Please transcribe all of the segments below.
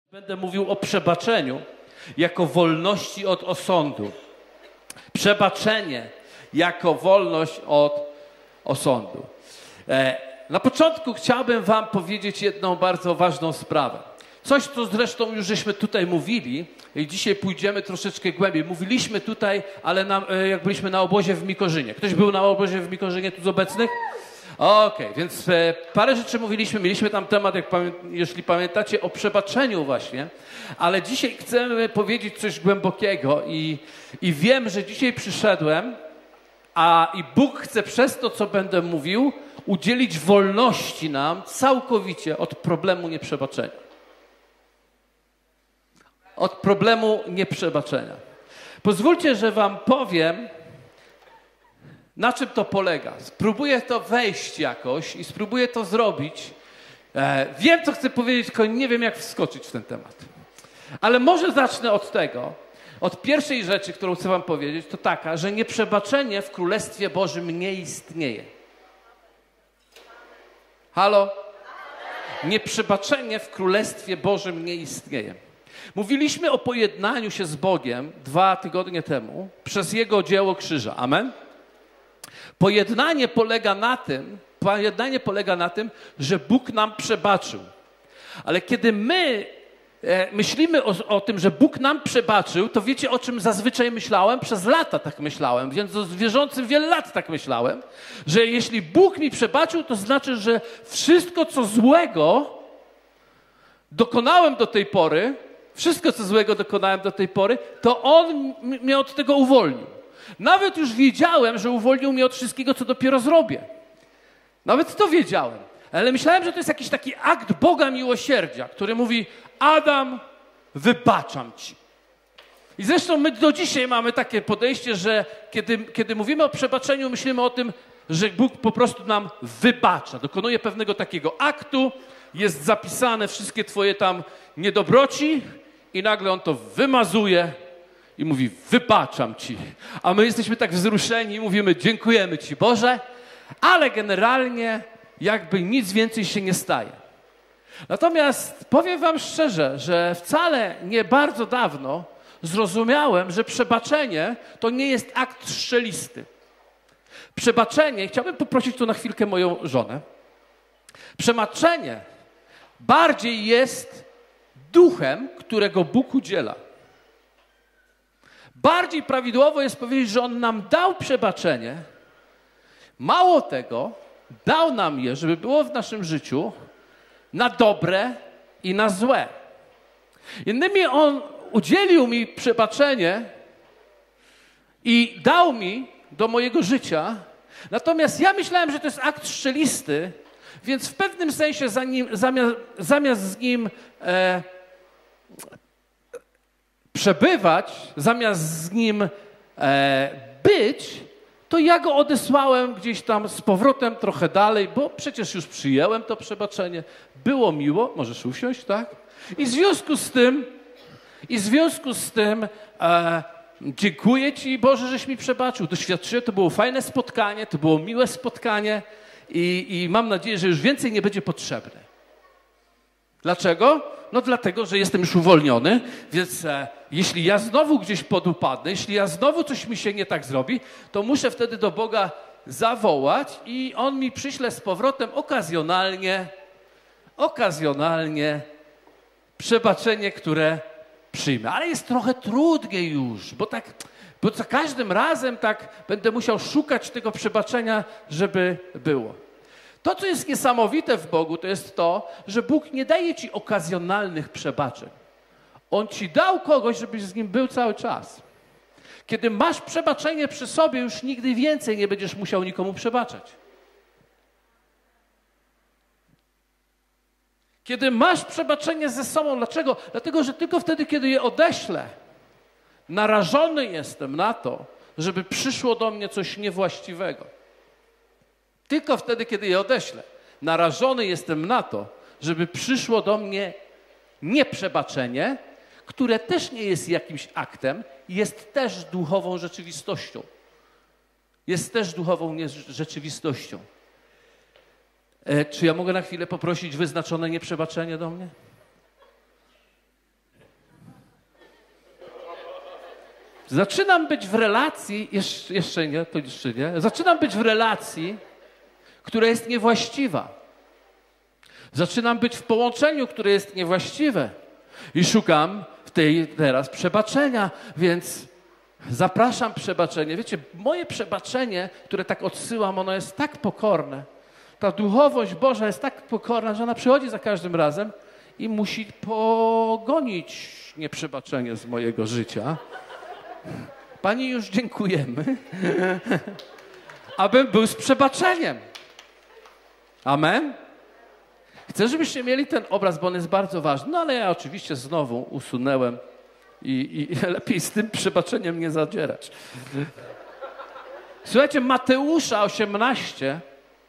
Będę mówił o przebaczeniu jako wolności od osądu. Przebaczenie jako wolność od osądu. Na początku chciałbym wam powiedzieć jedną bardzo ważną sprawę. Coś, co zresztą już żeśmy tutaj mówili i dzisiaj pójdziemy troszeczkę głębiej. Mówiliśmy tutaj, ale jak byliśmy na obozie w Mikorzynie. Ktoś był na obozie w Mikorzynie tu z obecnych? Okej, więc parę rzeczy mówiliśmy. Mieliśmy tam temat, jeśli pamiętacie, o przebaczeniu właśnie. Ale dzisiaj chcemy powiedzieć coś głębokiego i wiem, że dzisiaj przyszedłem, i Bóg chce przez to, co będę mówił, udzielić wolności nam całkowicie od problemu nieprzebaczenia. Od problemu nieprzebaczenia. Pozwólcie, że wam powiem, na czym to polega. Spróbuję to wejść jakoś i spróbuję to zrobić. Wiem, co chcę powiedzieć, tylko nie wiem, jak wskoczyć w ten temat. Ale może zacznę od tego. Od pierwszej rzeczy, którą chcę wam powiedzieć, to taka, że nieprzebaczenie w Królestwie Bożym nie istnieje. Halo? Nieprzebaczenie w Królestwie Bożym nie istnieje. Mówiliśmy o pojednaniu się z Bogiem 2 tygodnie temu przez Jego dzieło krzyża. Amen? Pojednanie polega na tym, że Bóg nam przebaczył. Ale kiedy my myślimy o tym, że Bóg nam przebaczył, to wiecie, o czym zazwyczaj myślałem? Przez lata tak myślałem, więc z wierzącym wiele lat tak myślałem, że jeśli Bóg mi przebaczył, to znaczy, że wszystko, co złego dokonałem do tej pory, to On mnie od tego uwolnił. Nawet już wiedziałem, że uwolnił mnie od wszystkiego, co dopiero zrobię. Nawet to wiedziałem. Ale myślałem, że to jest jakiś taki akt Boga miłosierdzia, który mówi: Adam, wybaczam ci. I zresztą my do dzisiaj mamy takie podejście, że kiedy mówimy o przebaczeniu, myślimy o tym, że Bóg po prostu nam wybacza. Dokonuje pewnego takiego aktu, jest zapisane wszystkie twoje tam niedobroci i nagle On to wymazuje i mówi: wybaczam ci. A my jesteśmy tak wzruszeni i mówimy: dziękujemy ci, Boże, ale generalnie jakby nic więcej się nie staje. Natomiast powiem wam szczerze, że wcale nie bardzo dawno zrozumiałem, że przebaczenie to nie jest akt strzelisty. Przebaczenie, chciałbym poprosić tu na chwilkę moją żonę. Przebaczenie bardziej jest duchem, którego Bóg udziela. Bardziej prawidłowo jest powiedzieć, że On nam dał przebaczenie. Mało tego, dał nam je, żeby było w naszym życiu na dobre i na złe. Innymi, On udzielił mi przebaczenie i dał mi do mojego życia. Natomiast ja myślałem, że to jest akt strzelisty, więc w pewnym sensie zamiast z nim przebywać, zamiast z nim być, to ja go odesłałem gdzieś tam z powrotem trochę dalej, bo przecież już przyjęłem to przebaczenie. Było miło, możesz usiąść, tak? I w związku z tym dziękuję Ci, Boże, żeś mi przebaczył. Doświadczyłem, to było fajne spotkanie, to było miłe spotkanie i mam nadzieję, że już więcej nie będzie potrzebne. Dlaczego? No dlatego, że jestem już uwolniony, więc jeśli ja znowu gdzieś podupadnę, jeśli ja znowu coś mi się nie tak zrobi, to muszę wtedy do Boga zawołać i On mi przyśle z powrotem okazjonalnie przebaczenie, które przyjmę. Ale jest trochę trudniej już, bo za każdym razem tak będę musiał szukać tego przebaczenia, żeby było. To, co jest niesamowite w Bogu, to jest to, że Bóg nie daje ci okazjonalnych przebaczeń. On ci dał kogoś, żebyś z Nim był cały czas. Kiedy masz przebaczenie przy sobie, już nigdy więcej nie będziesz musiał nikomu przebaczać. Kiedy masz przebaczenie ze sobą, dlaczego? Dlatego, że tylko wtedy, kiedy je odeślę, narażony jestem na to, żeby przyszło do mnie coś niewłaściwego. Tylko wtedy, kiedy je odeślę, narażony jestem na to, żeby przyszło do mnie nieprzebaczenie, które też nie jest jakimś aktem, jest też duchową rzeczywistością. Czy ja mogę na chwilę poprosić wyznaczone nieprzebaczenie do mnie? Zaczynam być w relacji, jeszcze nie, zaczynam być w relacji, która jest niewłaściwa. Zaczynam być w połączeniu, które jest niewłaściwe. I szukam teraz przebaczenia, więc zapraszam przebaczenie. Wiecie, moje przebaczenie, które tak odsyłam, ono jest tak pokorne. Ta duchowość Boża jest tak pokorna, że ona przychodzi za każdym razem i musi pogonić nieprzebaczenie z mojego życia. Pani, już dziękujemy, abym był z przebaczeniem. Amen? Chcę, żebyście mieli ten obraz, bo on jest bardzo ważny. No ale ja oczywiście znowu usunęłem i lepiej z tym przebaczeniem nie zadzierać. Słuchajcie, Mateusza 18,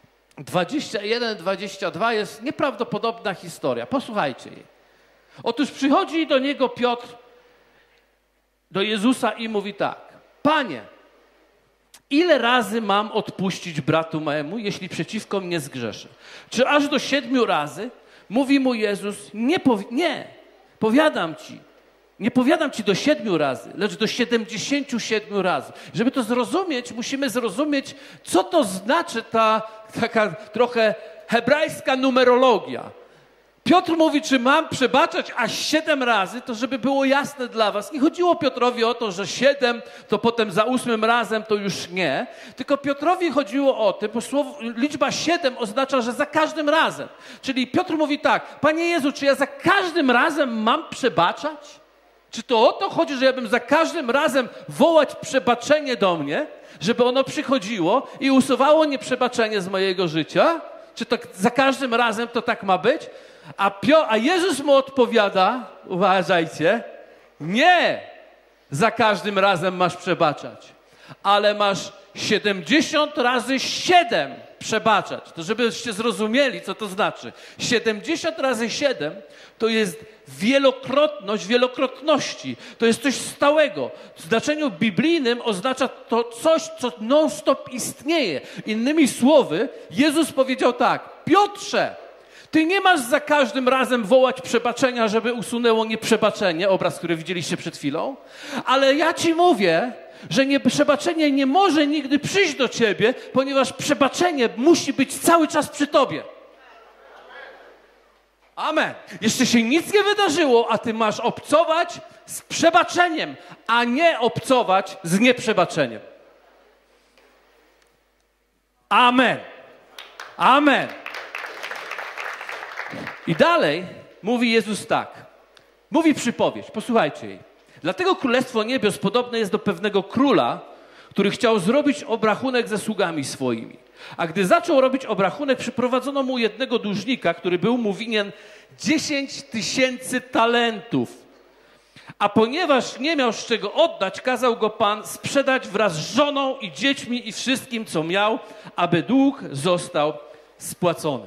21-22 jest nieprawdopodobna historia. Posłuchajcie jej. Otóż przychodzi do niego Piotr, do Jezusa i mówi tak. Panie, ile razy mam odpuścić bratu memu, jeśli przeciwko mnie zgrzeszy? Czy aż do 7 razy? Mówi mu Jezus, nie, powiadam ci. Nie powiadam ci do 7 razy, lecz do 77 razy. Żeby to zrozumieć, musimy zrozumieć, co to znaczy ta taka trochę hebrajska numerologia. Piotr mówi, czy mam przebaczać aż 7 razy, to żeby było jasne dla was. Nie chodziło Piotrowi o to, że 7, to potem za 8 razem to już nie. Tylko Piotrowi chodziło o to, bo liczba 7 oznacza, że za każdym razem. Czyli Piotr mówi tak, Panie Jezu, czy ja za każdym razem mam przebaczać? Czy to o to chodzi, że ja bym za każdym razem wołać przebaczenie do mnie, żeby ono przychodziło i usuwało nieprzebaczenie z mojego życia? Czy to za każdym razem to tak ma być? A Jezus mu odpowiada, uważajcie, nie za każdym razem masz przebaczać, ale masz 70 razy 7 przebaczać. To żebyście zrozumieli, co to znaczy. 70 razy 7 to jest wielokrotność wielokrotności. To jest coś stałego. W znaczeniu biblijnym oznacza to coś, co non-stop istnieje. Innymi słowy, Jezus powiedział tak, Piotrze, ty nie masz za każdym razem wołać przebaczenia, żeby usunęło nieprzebaczenie, obraz, który widzieliście przed chwilą, ale ja ci mówię, że przebaczenie nie może nigdy przyjść do ciebie, ponieważ przebaczenie musi być cały czas przy tobie. Amen. Jeszcze się nic nie wydarzyło, a ty masz obcować z przebaczeniem, a nie obcować z nieprzebaczeniem. Amen. Amen. I dalej mówi Jezus tak. Mówi przypowieść, posłuchajcie jej. Dlatego Królestwo Niebios podobne jest do pewnego króla, który chciał zrobić obrachunek ze sługami swoimi. A gdy zaczął robić obrachunek, przyprowadzono mu jednego dłużnika, który był mu winien 10 000 talentów. A ponieważ nie miał z czego oddać, kazał go Pan sprzedać wraz z żoną i dziećmi i wszystkim, co miał, aby dług został spłacony.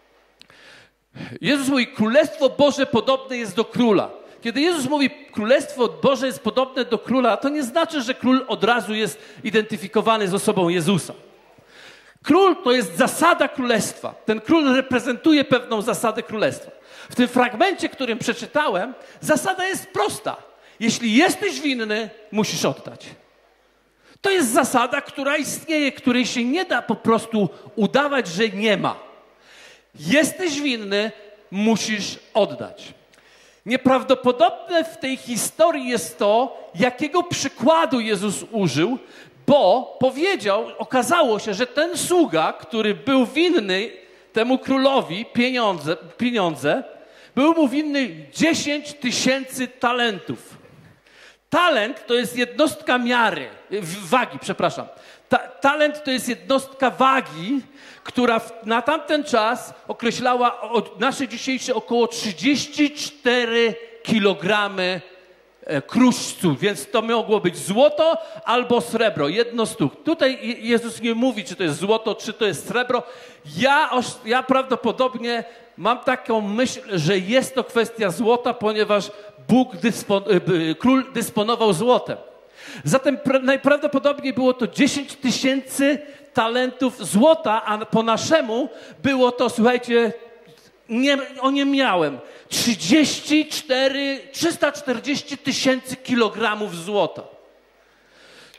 Jezus mówi, Królestwo Boże podobne jest do króla. Kiedy Jezus mówi, Królestwo Boże jest podobne do króla, to nie znaczy, że król od razu jest identyfikowany z osobą Jezusa. Król to jest zasada królestwa. Ten król reprezentuje pewną zasadę królestwa. W tym fragmencie, którym przeczytałem, zasada jest prosta. Jeśli jesteś winny, musisz oddać. To jest zasada, która istnieje, której się nie da po prostu udawać, że nie ma. Jesteś winny, musisz oddać. Nieprawdopodobne w tej historii jest to, jakiego przykładu Jezus użył, bo powiedział, okazało się, że ten sługa, który był winny temu królowi pieniądze, był mu winny 10 000 talentów. Talent to jest jednostka wagi. Talent to jest jednostka wagi, która na tamten czas określała od naszej dzisiejszej około 34 kilogramy kruszcu, więc to mogło być złoto albo srebro, jedno z tych. Tutaj Jezus nie mówi, czy to jest złoto, czy to jest srebro. Ja prawdopodobnie mam taką myśl, że jest to kwestia złota, ponieważ król dysponował złotem. Zatem najprawdopodobniej było to 10 000 talentów złota, a po naszemu było to, słuchajcie, nie miałem, 340 000 kilogramów złota.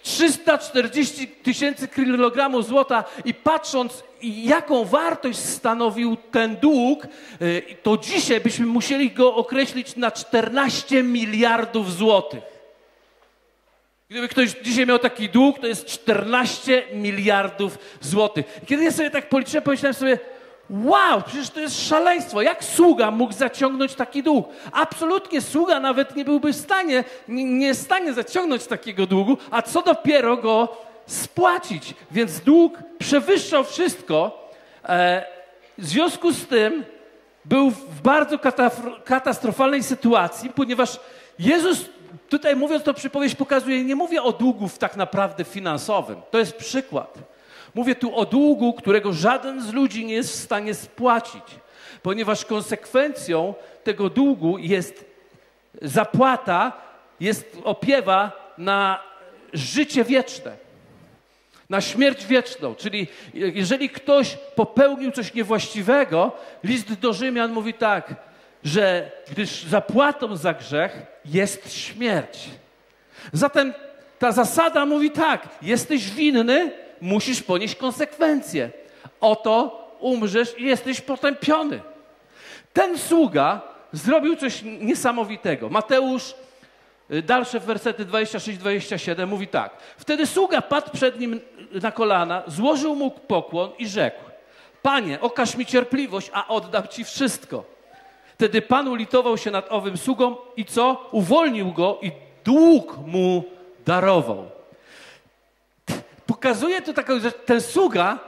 340 000 kilogramów złota i patrząc, jaką wartość stanowił ten dług, to dzisiaj byśmy musieli go określić na 14 miliardów złotych. Gdyby ktoś dzisiaj miał taki dług, to jest 14 miliardów złotych. I kiedy ja sobie tak policzyłem, pomyślałem sobie, wow, przecież to jest szaleństwo. Jak sługa mógł zaciągnąć taki dług? Absolutnie sługa nawet nie byłby w stanie, nie jest w stanie zaciągnąć takiego długu, a co dopiero go spłacić. Więc dług przewyższał wszystko. W związku z tym był w bardzo katastrofalnej sytuacji, ponieważ Jezus, tutaj mówiąc to przypowieść, pokazuje, nie mówię o długu tak naprawdę finansowym. To jest przykład. Mówię tu o długu, którego żaden z ludzi nie jest w stanie spłacić, ponieważ konsekwencją tego długu jest zapłata, opiewa na życie wieczne, na śmierć wieczną. Czyli jeżeli ktoś popełnił coś niewłaściwego, list do Rzymian mówi tak, że gdyż zapłatą za grzech jest śmierć. Zatem ta zasada mówi tak, jesteś winny, musisz ponieść konsekwencje. Oto umrzesz i jesteś potępiony. Ten sługa zrobił coś niesamowitego. Mateusz, dalsze wersety 26-27 mówi tak. Wtedy sługa padł przed nim na kolana, złożył mu pokłon i rzekł: Panie, okaż mi cierpliwość, a oddam ci wszystko. Wtedy Pan ulitował się nad owym sługą i co? Uwolnił go i dług mu darował. Pokazuje to taką, że ten sługa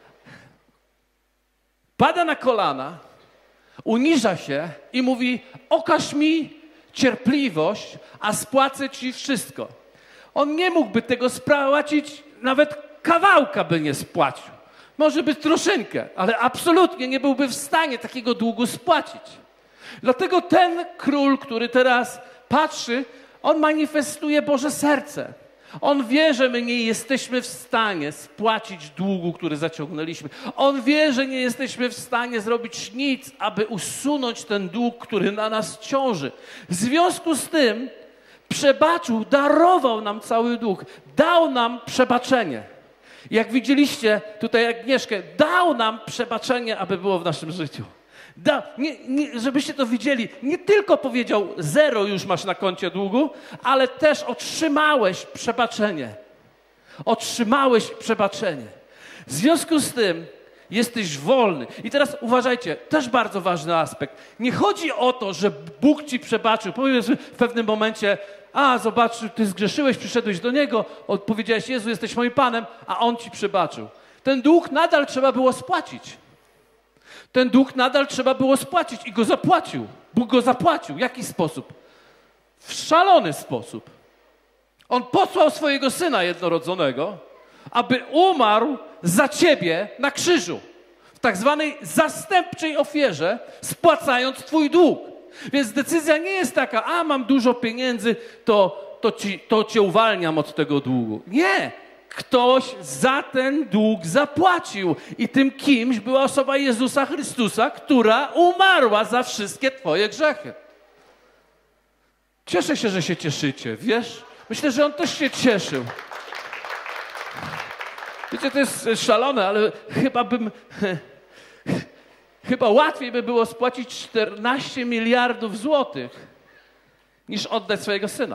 pada na kolana, uniża się i mówi: okaż mi cierpliwość, a spłacę ci wszystko. On nie mógłby tego spłacić, nawet kawałka by nie spłacił. Może by troszeczkę, ale absolutnie nie byłby w stanie takiego długu spłacić. Dlatego ten król, który teraz patrzy, on manifestuje Boże serce. On wie, że my nie jesteśmy w stanie spłacić długu, który zaciągnęliśmy. On wie, że nie jesteśmy w stanie zrobić nic, aby usunąć ten dług, który na nas ciąży. W związku z tym przebaczył, darował nam cały dług. Dał nam przebaczenie. Jak widzieliście tutaj Agnieszkę, dał nam przebaczenie, aby było w naszym życiu. Żebyście to widzieli, nie tylko powiedział 0 już masz na koncie długu, ale też otrzymałeś przebaczenie. Otrzymałeś przebaczenie. W związku z tym jesteś wolny. I teraz uważajcie, też bardzo ważny aspekt. Nie chodzi o to, że Bóg ci przebaczył. Powiedz w pewnym momencie: zobacz, ty zgrzeszyłeś, przyszedłeś do Niego, powiedziałeś: Jezu, jesteś moim Panem, a On ci przebaczył. Ten dług nadal trzeba było spłacić. Ten dług nadal trzeba było spłacić i go zapłacił. Bóg go zapłacił. W jaki sposób? W szalony sposób. On posłał swojego Syna jednorodzonego, aby umarł za ciebie na krzyżu. W tak zwanej zastępczej ofierze, spłacając twój dług. Więc decyzja nie jest taka: mam dużo pieniędzy, to cię uwalniam od tego długu. Nie! Ktoś za ten dług zapłacił i tym kimś była osoba Jezusa Chrystusa, która umarła za wszystkie twoje grzechy. Cieszę się, że się cieszycie, wiesz? Myślę, że on też się cieszył. Wiecie, to jest szalone, ale chyba łatwiej by było spłacić 14 miliardów złotych, niż oddać swojego Syna.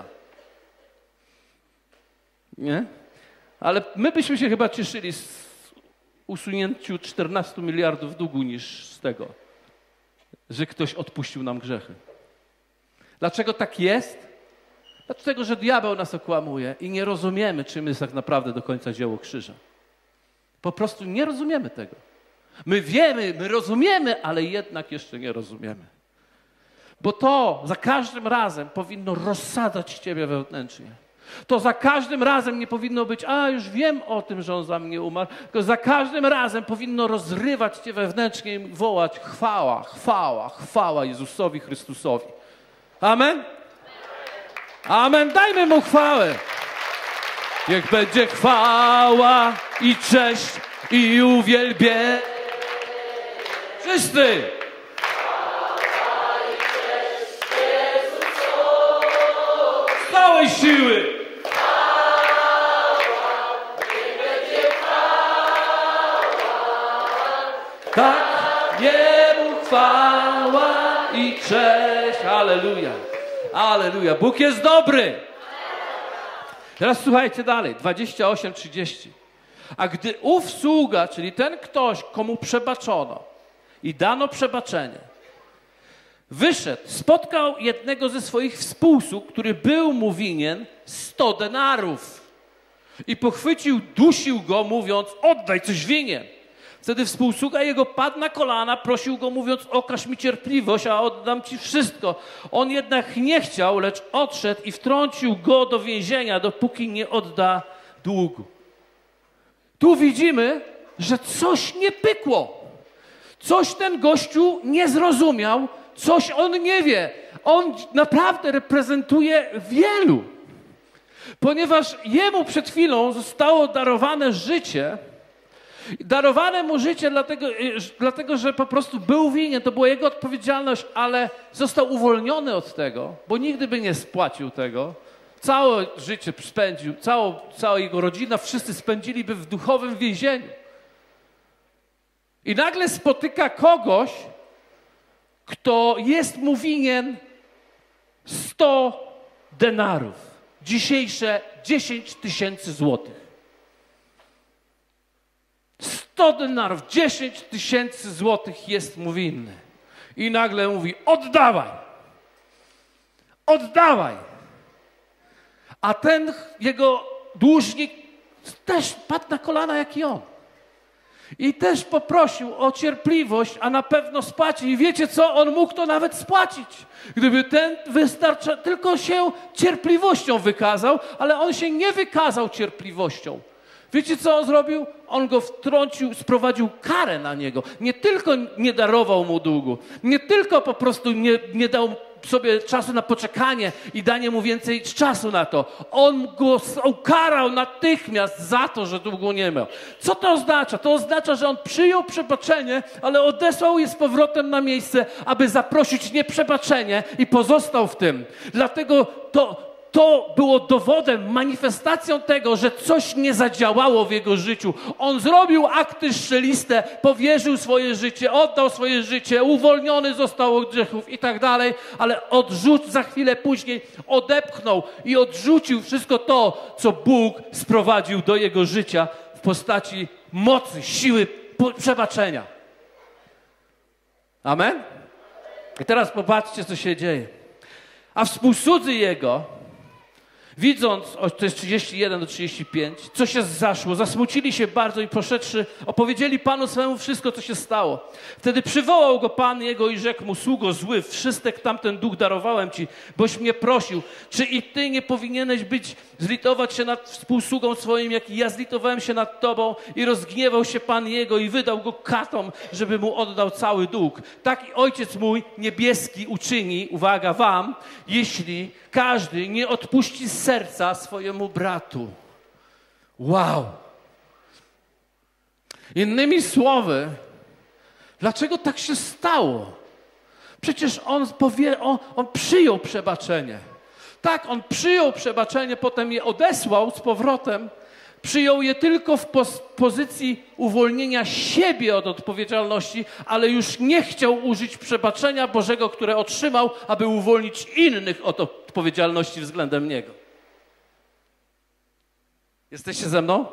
Nie? Ale my byśmy się chyba cieszyli z usunięciu 14 miliardów długu niż z tego, że ktoś odpuścił nam grzechy. Dlaczego tak jest? Dlatego, że diabeł nas okłamuje i nie rozumiemy, czym jest tak naprawdę do końca dzieło krzyża. Po prostu nie rozumiemy tego. My wiemy, my rozumiemy, ale jednak jeszcze nie rozumiemy. Bo to za każdym razem powinno rozsadzać ciebie wewnętrznie. To za każdym razem nie powinno być: już wiem o tym, że On za mnie umarł, tylko za każdym razem powinno rozrywać cię wewnętrznie i wołać: chwała, chwała, chwała Jezusowi Chrystusowi. Amen? Amen. Dajmy Mu chwałę. Niech będzie chwała i cześć i uwielbienie. Wszyscy! Z całej siły! Cześć, aleluja. Aleluja. Bóg jest dobry. Teraz słuchajcie dalej, 28:30. A gdy ów sługa, czyli ten ktoś, komu przebaczono i dano przebaczenie, wyszedł, spotkał jednego ze swoich współsług, który był mu winien 100 denarów. I pochwycił, dusił go, mówiąc, oddaj, coś winien. Wtedy współsługa jego padł na kolana, prosił go, mówiąc, okaż mi cierpliwość, a oddam ci wszystko. On jednak nie chciał, lecz odszedł i wtrącił go do więzienia, dopóki nie odda długu. Tu widzimy, że coś nie pykło. Coś ten gościu nie zrozumiał, coś on nie wie. On naprawdę reprezentuje wielu. Ponieważ jemu przed chwilą zostało darowane życie, darowane mu życie dlatego, że po prostu był winien, to była jego odpowiedzialność, ale został uwolniony od tego, bo nigdy by nie spłacił tego. Całe życie spędził, cała jego rodzina, wszyscy spędziliby w duchowym więzieniu. I nagle spotyka kogoś, kto jest mu winien 100 denarów. Dzisiejsze 10 000 złotych. 100 denarów, 10 000 złotych jest mu winny. I nagle mówi, oddawaj. Oddawaj. A ten jego dłużnik też padł na kolana jak i on. I też poprosił o cierpliwość, a na pewno spłaci. I wiecie co? On mógł to nawet spłacić. Gdyby ten tylko się cierpliwością wykazał, ale on się nie wykazał cierpliwością. Wiecie co on zrobił? On go wtrącił, sprowadził karę na niego. Nie tylko nie darował mu długu, nie tylko po prostu nie dał sobie czasu na poczekanie i danie mu więcej czasu na to. On go ukarał natychmiast za to, że długu nie miał. Co to oznacza? To oznacza, że on przyjął przebaczenie, ale odesłał je z powrotem na miejsce, aby zaprosić nieprzebaczenie i pozostał w tym. Dlatego to było dowodem, manifestacją tego, że coś nie zadziałało w jego życiu. On zrobił akty strzeliste, powierzył swoje życie, oddał swoje życie, uwolniony został od grzechów i tak dalej, ale za chwilę później odepchnął i odrzucił wszystko to, co Bóg sprowadził do jego życia w postaci mocy, siły, przebaczenia. Amen? I teraz popatrzcie, co się dzieje. A współsłudzy jego, widząc, to jest 31-35, co się zaszło, zasmucili się bardzo i poszedłszy, opowiedzieli Panu swemu wszystko, co się stało. Wtedy przywołał go Pan jego i rzekł mu, sługo zły, wszystek tamten duch darowałem ci, boś mnie prosił. Czy i ty nie powinieneś zlitować się nad współsługą swoim, jak i ja zlitowałem się nad tobą? I rozgniewał się Pan jego i wydał go katom, żeby mu oddał cały dług. Tak i Ojciec mój niebieski uczyni, uwaga, wam, jeśli każdy nie odpuści z serca swojemu bratu. Wow! Innymi słowy, dlaczego tak się stało? Przecież on przyjął przebaczenie. Tak, on przyjął przebaczenie, potem je odesłał z powrotem. Przyjął je tylko w pozycji uwolnienia siebie od odpowiedzialności, ale już nie chciał użyć przebaczenia Bożego, które otrzymał, aby uwolnić innych od odpowiedzialności względem niego. Jesteście ze mną?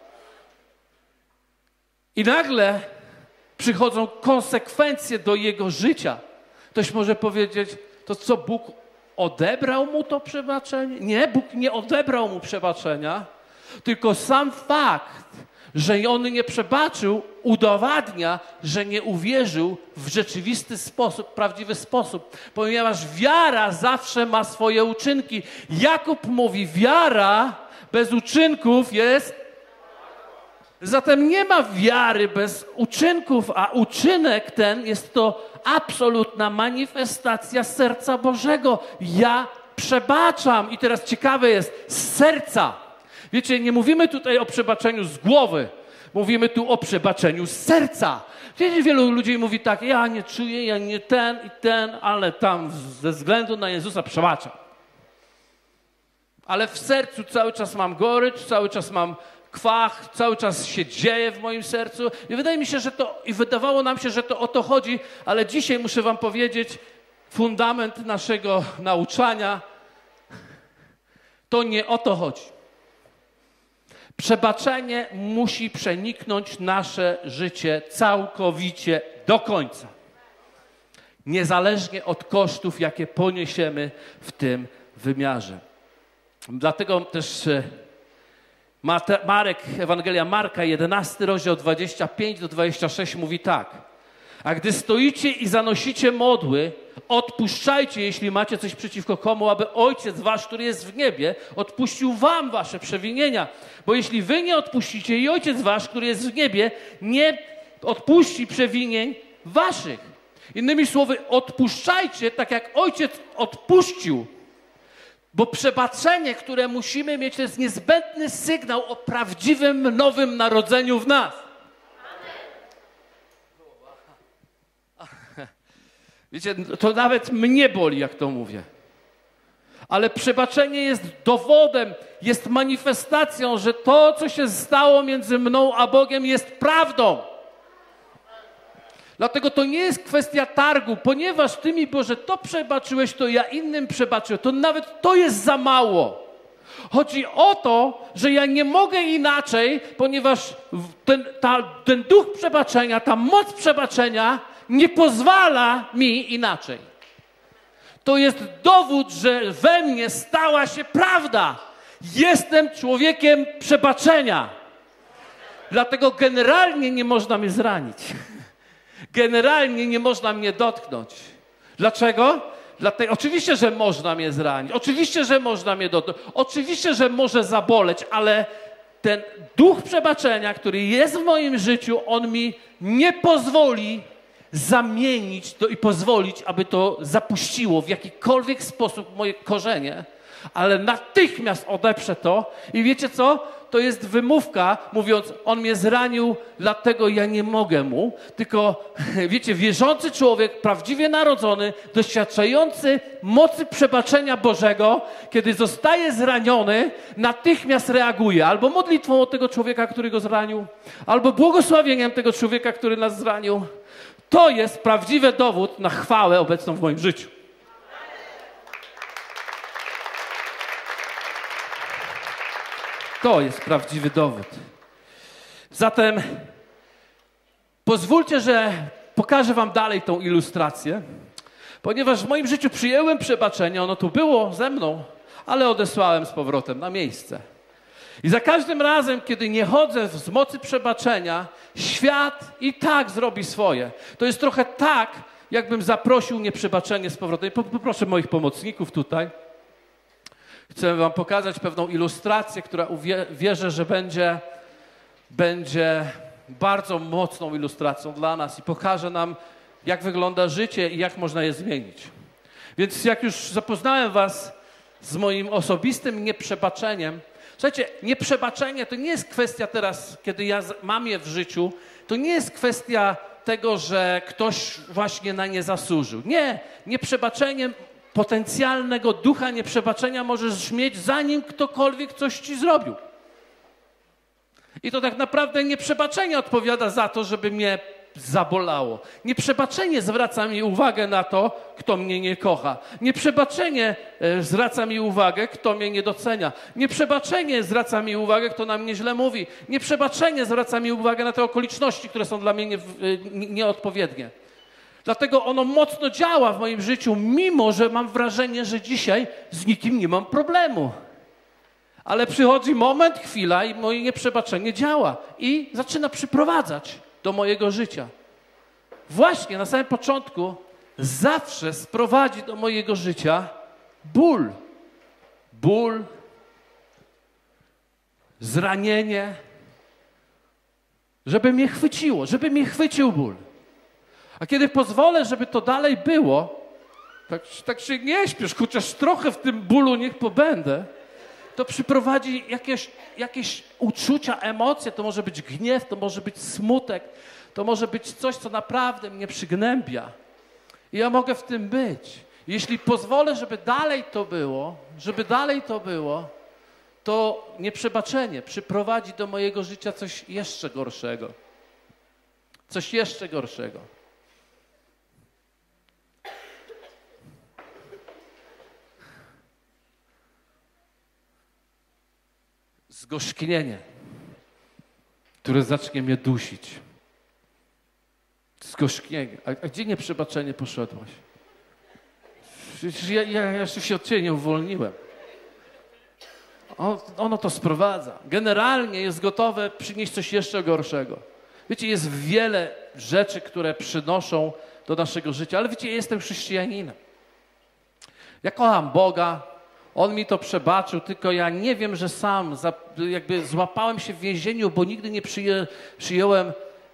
I nagle przychodzą konsekwencje do jego życia. Ktoś może powiedzieć, to co, Bóg odebrał mu to przebaczenie? Nie, Bóg nie odebrał mu przebaczenia, tylko sam fakt, że on nie przebaczył, udowadnia, że nie uwierzył w rzeczywisty sposób, prawdziwy sposób, ponieważ wiara zawsze ma swoje uczynki. Jakub mówi, wiara bez uczynków jest... Zatem nie ma wiary bez uczynków, a uczynek ten jest to absolutna manifestacja serca Bożego. Ja przebaczam. I teraz ciekawe jest, z serca. Wiecie, nie mówimy tutaj o przebaczeniu z głowy. Mówimy tu o przebaczeniu z serca. Wiecie, wielu ludzi mówi tak, ja nie czuję, ja nie ten i ten, ale tam ze względu na Jezusa przebaczam. Ale w sercu cały czas mam gorycz, cały czas mam kwach, cały czas się dzieje w moim sercu. I wydaje mi się, że wydawało nam się, że to o to chodzi, ale dzisiaj muszę wam powiedzieć, fundament naszego nauczania, to nie o to chodzi. Przebaczenie musi przeniknąć nasze życie całkowicie do końca. Niezależnie od kosztów, jakie poniesiemy w tym wymiarze. Dlatego też Ewangelia Marka, 11 rozdział 25 do 26 mówi tak. A gdy stoicie i zanosicie modły, odpuszczajcie, jeśli macie coś przeciwko komu, aby Ojciec wasz, który jest w niebie, odpuścił wam wasze przewinienia. Bo jeśli wy nie odpuścicie i Ojciec wasz, który jest w niebie, nie odpuści przewinień waszych. Innymi słowy, odpuszczajcie, tak jak Ojciec odpuścił. Bo przebaczenie, które musimy mieć, to jest niezbędny sygnał o prawdziwym nowym narodzeniu w nas. Wiecie, to nawet mnie boli, jak to mówię. Ale przebaczenie jest dowodem, jest manifestacją, że to, co się stało między mną a Bogiem, jest prawdą. Dlatego to nie jest kwestia targu, ponieważ Ty mi, Boże, to przebaczyłeś, to ja innym przebaczyłem. To nawet to jest za mało. Chodzi o to, że ja nie mogę inaczej, ponieważ ten duch przebaczenia, ta moc przebaczenia nie pozwala mi inaczej. To jest dowód, że we mnie stała się prawda. Jestem człowiekiem przebaczenia. Dlatego generalnie nie można mnie zranić. Generalnie nie można mnie dotknąć. Dlaczego? Dlatego, oczywiście, że można mnie zranić. Oczywiście, że można mnie dotknąć. Oczywiście, że może zaboleć, ale ten duch przebaczenia, który jest w moim życiu, on mi nie pozwoli zamienić to i pozwolić, aby to zapuściło w jakikolwiek sposób moje korzenie, ale natychmiast odeprze to i wiecie co? To jest wymówka, mówiąc, on mnie zranił, dlatego ja nie mogę mu. Tylko, wiecie, wierzący człowiek, prawdziwie narodzony, doświadczający mocy przebaczenia Bożego, kiedy zostaje zraniony, natychmiast reaguje. Albo modlitwą od tego człowieka, który go zranił, albo błogosławieniem tego człowieka, który nas zranił. To jest prawdziwy dowód na chwałę obecną w moim życiu. To jest prawdziwy dowód. Zatem pozwólcie, że pokażę wam dalej tą ilustrację, ponieważ w moim życiu przyjęłem przebaczenie, ono tu było ze mną, ale odesłałem z powrotem na miejsce. I za każdym razem, kiedy nie chodzę z mocy przebaczenia, świat i tak zrobi swoje. To jest trochę tak, jakbym zaprosił nieprzebaczenie z powrotem. Poproszę moich pomocników tutaj. Chcę wam pokazać pewną ilustrację, która wierzę, że będzie bardzo mocną ilustracją dla nas i pokaże nam, jak wygląda życie i jak można je zmienić. Więc jak już zapoznałem was z moim osobistym nieprzebaczeniem, słuchajcie, nieprzebaczenie to nie jest kwestia teraz, kiedy ja mam je w życiu, to nie jest kwestia tego, że ktoś właśnie na nie zasłużył. Nie, nieprzebaczenie potencjalnego ducha nieprzebaczenia możesz mieć, zanim ktokolwiek coś ci zrobił. I to tak naprawdę nieprzebaczenie odpowiada za to, żeby mnie zabolało. Nieprzebaczenie zwraca mi uwagę na to, kto mnie nie kocha. Nieprzebaczenie zwraca mi uwagę, kto mnie nie docenia. Nieprzebaczenie zwraca mi uwagę, kto na mnie źle mówi. Nieprzebaczenie zwraca mi uwagę na te okoliczności, które są dla mnie nieodpowiednie. Dlatego ono mocno działa w moim życiu, mimo że mam wrażenie, że dzisiaj z nikim nie mam problemu. Ale przychodzi moment, chwila i moje nieprzebaczenie działa i zaczyna przyprowadzać do mojego życia. Właśnie na samym początku zawsze sprowadzi do mojego życia ból. Ból, zranienie, żeby mnie chwyciło, żeby mnie chwycił ból. A kiedy pozwolę, żeby to dalej było, tak się nie śpiesz, chociaż trochę w tym bólu niech pobędę, to przyprowadzi jakieś uczucia, emocje, to może być gniew, to może być smutek, to może być coś, co naprawdę mnie przygnębia. I ja mogę w tym być. Jeśli pozwolę, żeby dalej to było, to nieprzebaczenie przyprowadzi do mojego życia coś jeszcze gorszego. Coś jeszcze gorszego. Zgorzknienie, które zacznie mnie dusić. Zgorzknienie. A gdzie nieprzebaczenie poszedłeś? Przecież ja jeszcze się od Ciebie nie uwolniłem. Ono to sprowadza. Generalnie jest gotowe przynieść coś jeszcze gorszego. Wiecie, jest wiele rzeczy, które przynoszą do naszego życia, ale wiecie, ja jestem chrześcijaninem. Ja kocham Boga, On mi to przebaczył, tylko ja nie wiem, że sam jakby złapałem się w więzieniu, bo nigdy nie przyjąłem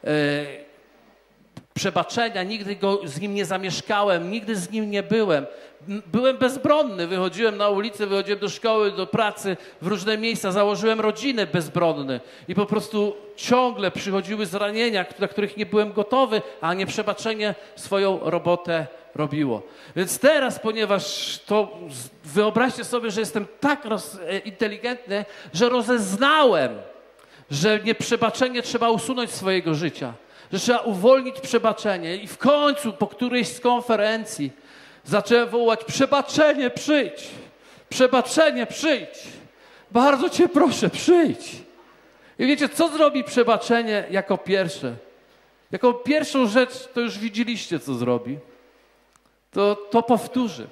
przebaczenia, nigdy z Nim nie zamieszkałem, nigdy z Nim nie byłem. Byłem bezbronny, wychodziłem na ulicę, wychodziłem do szkoły, do pracy, w różne miejsca, założyłem rodzinę bezbronny i po prostu ciągle przychodziły zranienia, na których nie byłem gotowy, a nieprzebaczenie swoją robotę robiło. Więc teraz, ponieważ to wyobraźcie sobie, że jestem tak inteligentny, że rozeznałem, że nieprzebaczenie trzeba usunąć z swojego życia, że trzeba uwolnić przebaczenie i w końcu po którejś z konferencji zacząłem wołać: przebaczenie, przyjdź! Przebaczenie, przyjdź! Bardzo Cię proszę, przyjdź! I wiecie, co zrobi przebaczenie jako pierwsze? Jako pierwszą rzecz, to już widzieliście, co zrobi. To powtórzy.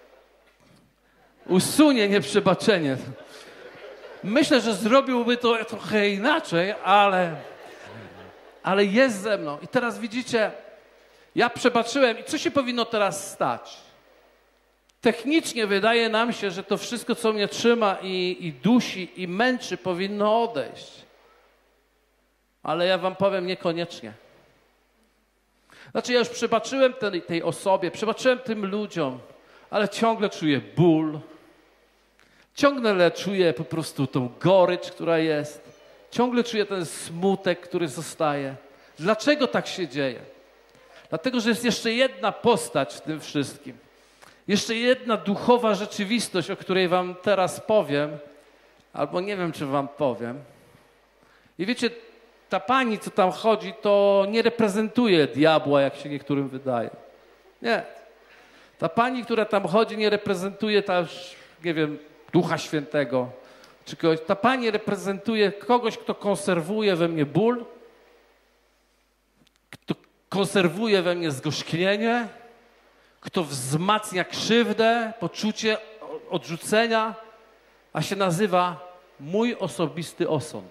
Usunie nieprzebaczenie. Myślę, że zrobiłby to trochę inaczej, ale jest ze mną. I teraz widzicie, ja przebaczyłem. I co się powinno teraz stać? Technicznie wydaje nam się, że to wszystko, co mnie trzyma i dusi, i męczy, powinno odejść. Ale ja wam powiem, niekoniecznie. Znaczy, ja już przebaczyłem tej osobie, przebaczyłem tym ludziom, ale ciągle czuję ból. Ciągle czuję po prostu tą gorycz, która jest. Ciągle czuję ten smutek, który zostaje. Dlaczego tak się dzieje? Dlatego, że jest jeszcze jedna postać w tym wszystkim. Jeszcze jedna duchowa rzeczywistość, o której wam teraz powiem, albo nie wiem, czy wam powiem. I wiecie, ta pani, co tam chodzi, to nie reprezentuje diabła, jak się niektórym wydaje. Nie. Ta pani, która tam chodzi, nie reprezentuje też, nie wiem, Ducha Świętego, czy kogoś. Ta pani reprezentuje kogoś, kto konserwuje we mnie ból, kto konserwuje we mnie zgorzknienie, kto wzmacnia krzywdę, poczucie odrzucenia, a się nazywa mój osobisty osąd.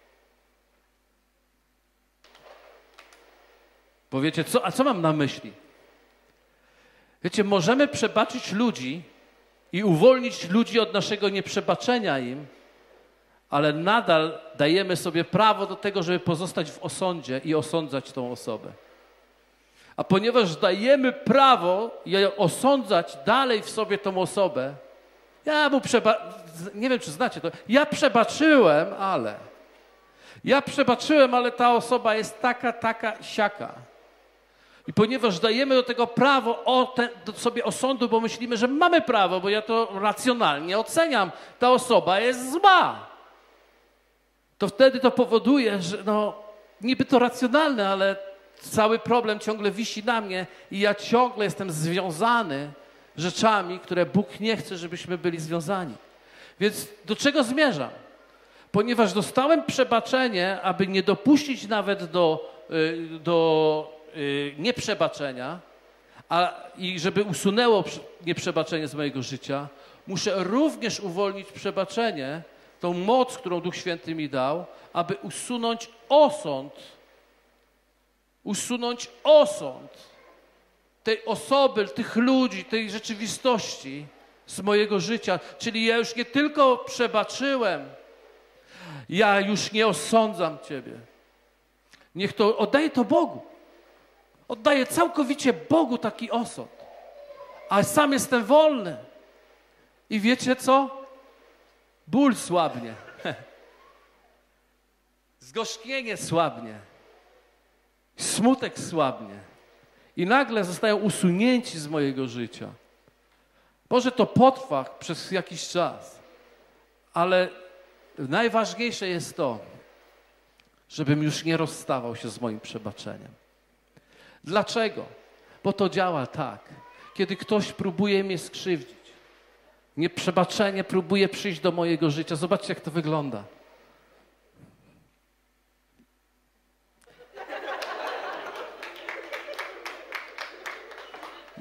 Powiecie, co mam na myśli? Wiecie, możemy przebaczyć ludzi i uwolnić ludzi od naszego nieprzebaczenia im, ale nadal dajemy sobie prawo do tego, żeby pozostać w osądzie i osądzać tą osobę. A ponieważ dajemy prawo osądzać dalej w sobie tą osobę, nie wiem, czy znacie to, ja przebaczyłem, ale ta osoba jest taka, siaka. I ponieważ dajemy do tego prawo do sobie osądu, bo myślimy, że mamy prawo, bo ja to racjonalnie oceniam, ta osoba jest zła, to wtedy to powoduje, że niby to racjonalne, ale cały problem ciągle wisi na mnie i ja ciągle jestem związany rzeczami, które Bóg nie chce, żebyśmy byli związani. Więc do czego zmierzam? Ponieważ dostałem przebaczenie, aby nie dopuścić nawet do nieprzebaczenia, i żeby usunęło nieprzebaczenie z mojego życia, muszę również uwolnić przebaczenie, tą moc, którą Duch Święty mi dał, aby usunąć osąd tej osoby, tych ludzi, tej rzeczywistości z mojego życia. Czyli ja już nie tylko przebaczyłem, ja już nie osądzam Ciebie. Oddaję to Bogu. Oddaję całkowicie Bogu taki osąd. A sam jestem wolny. I wiecie co? Ból słabnie. Zgorzknienie słabnie. Smutek słabnie. I nagle zostają usunięci z mojego życia. Może to potrwa przez jakiś czas, ale najważniejsze jest to, żebym już nie rozstawał się z moim przebaczeniem. Dlaczego? Bo to działa tak. Kiedy ktoś próbuje mnie skrzywdzić, nieprzebaczenie próbuje przyjść do mojego życia. Zobaczcie, jak to wygląda.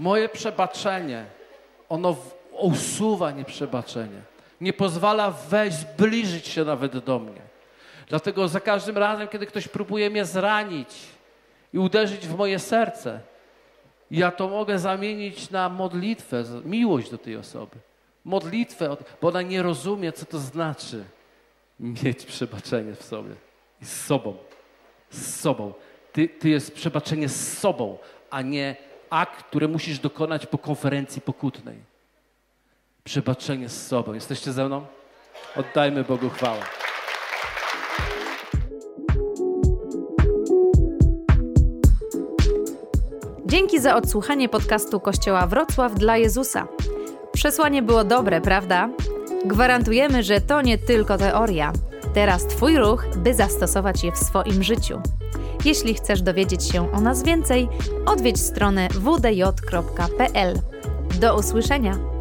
Moje przebaczenie, ono usuwa nieprzebaczenie. Nie pozwala wejść, zbliżyć się nawet do mnie. Dlatego za każdym razem, kiedy ktoś próbuje mnie zranić i uderzyć w moje serce, ja to mogę zamienić na modlitwę, miłość do tej osoby. Modlitwę, bo ona nie rozumie, co to znaczy mieć przebaczenie w sobie i z sobą. Z sobą. Ty jest przebaczenie z sobą, a nie akt, który musisz dokonać po konferencji pokutnej. Przebaczenie z sobą. Jesteście ze mną? Oddajmy Bogu chwałę. Dzięki za odsłuchanie podcastu Kościoła Wrocław dla Jezusa. Przesłanie było dobre, prawda? Gwarantujemy, że to nie tylko teoria. Teraz Twój ruch, by zastosować je w swoim życiu. Jeśli chcesz dowiedzieć się o nas więcej, odwiedź stronę wdj.pl. Do usłyszenia!